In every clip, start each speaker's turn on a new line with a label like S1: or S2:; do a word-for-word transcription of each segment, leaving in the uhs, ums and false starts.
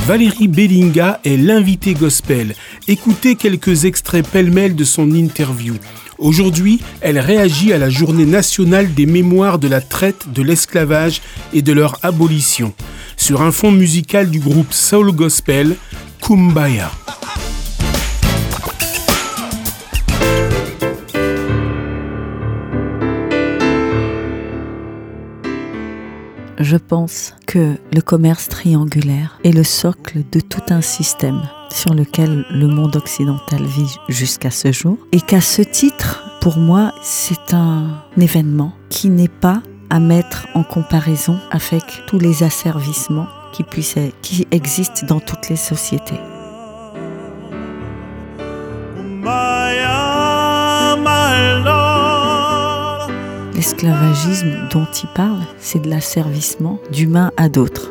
S1: Valérie Bellinga est l'invitée gospel. Écoutez quelques extraits pêle-mêle de son interview. Aujourd'hui, elle réagit à la journée nationale des mémoires de la traite, de l'esclavage et de leur abolition, sur un fond musical du groupe Soul Gospel, Kumbaya.
S2: Je pense que le commerce triangulaire est le socle de tout un système sur lequel le monde occidental vit jusqu'à ce jour, et qu'à ce titre, pour moi, c'est un événement qui n'est pas à mettre en comparaison avec tous les asservissements qui, puissent, qui existent dans toutes les sociétés. L'esclavagisme dont il parle, c'est de l'asservissement d'humains à d'autres.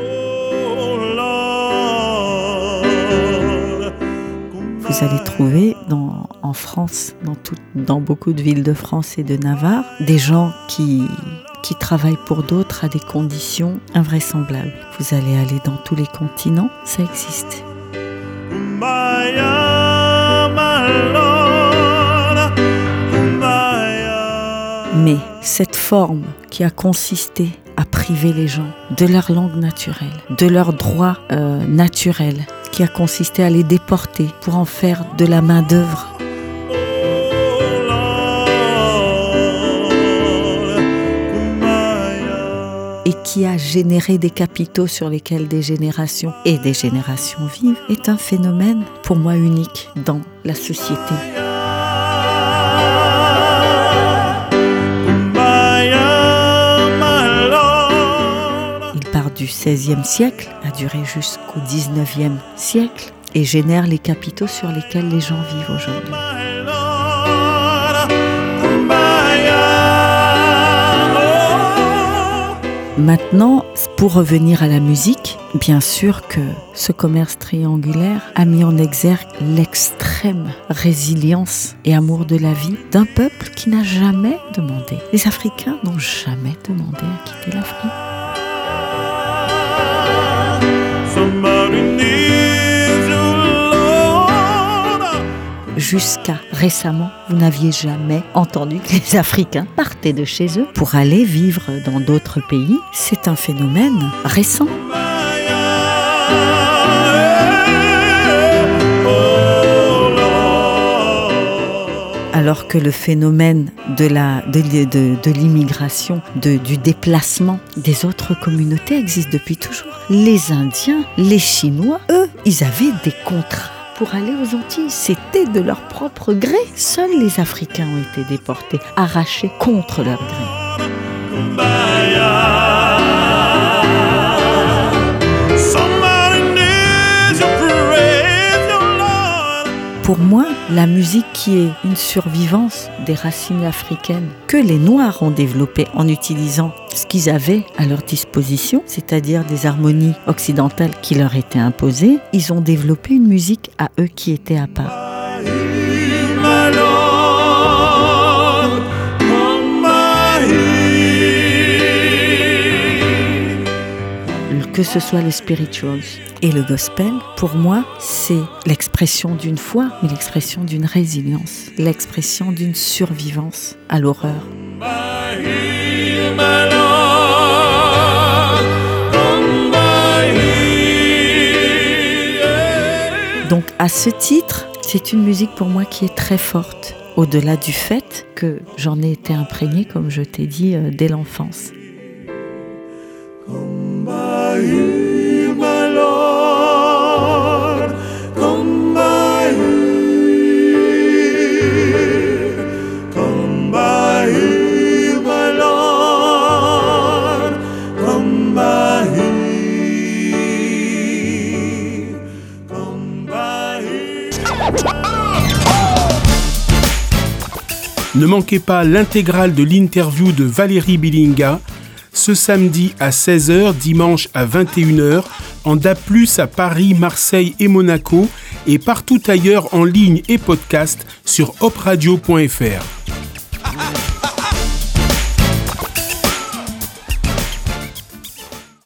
S2: Vous allez trouver dans, en France, dans, tout, dans beaucoup de villes de France et de Navarre, des gens qui, qui travaillent pour d'autres à des conditions invraisemblables. Vous allez aller dans tous les continents, ça existe. Mais cette forme qui a consisté à priver les gens de leur langue naturelle, de leurs droits euh, naturels, qui a consisté à les déporter pour en faire de la main-d'œuvre. Et qui a généré des capitaux sur lesquels des générations et des générations vivent, est un phénomène pour moi unique dans la société. Du seizième siècle a duré jusqu'au dix-neuvième siècle et génère les capitaux sur lesquels les gens vivent aujourd'hui. Maintenant, pour revenir à la musique, bien sûr que ce commerce triangulaire a mis en exergue l'extrême résilience et amour de la vie d'un peuple qui n'a jamais demandé. Les Africains n'ont jamais demandé à quitter l'Afrique. Jusqu'à récemment, vous n'aviez jamais entendu que les Africains partaient de chez eux pour aller vivre dans d'autres pays. C'est un phénomène récent. Alors que le phénomène de, la, de, de, de l'immigration, de, du déplacement des autres communautés existe depuis toujours. Les Indiens, les Chinois, eux, ils avaient des contrats pour aller aux Antilles. C'était de leur propre gré. Seuls les Africains ont été déportés, arrachés contre leur gré. Pour moi, la musique qui est une survivance des racines africaines que les Noirs ont développées en utilisant ce qu'ils avaient à leur disposition, c'est-à-dire des harmonies occidentales qui leur étaient imposées, ils ont développé une musique à eux qui était à part. Que ce soit les spirituals et le gospel, pour moi, c'est l'expression d'une foi, mais l'expression d'une résilience, l'expression d'une survivance à l'horreur. Donc, à ce titre, c'est une musique pour moi qui est très forte, au-delà du fait que j'en ai été imprégnée, comme je t'ai dit, euh, dès l'enfance. Come by here, my Lord, come by here, come by here, my Lord, come by here, come by here.
S1: Ne manquez pas l'intégrale de l'interview de Valérie Bellinga ce samedi à seize heures, dimanche à vingt et une heures, en D A B plus, à Paris, Marseille et Monaco, et partout ailleurs en ligne et podcast sur hop radio point f r.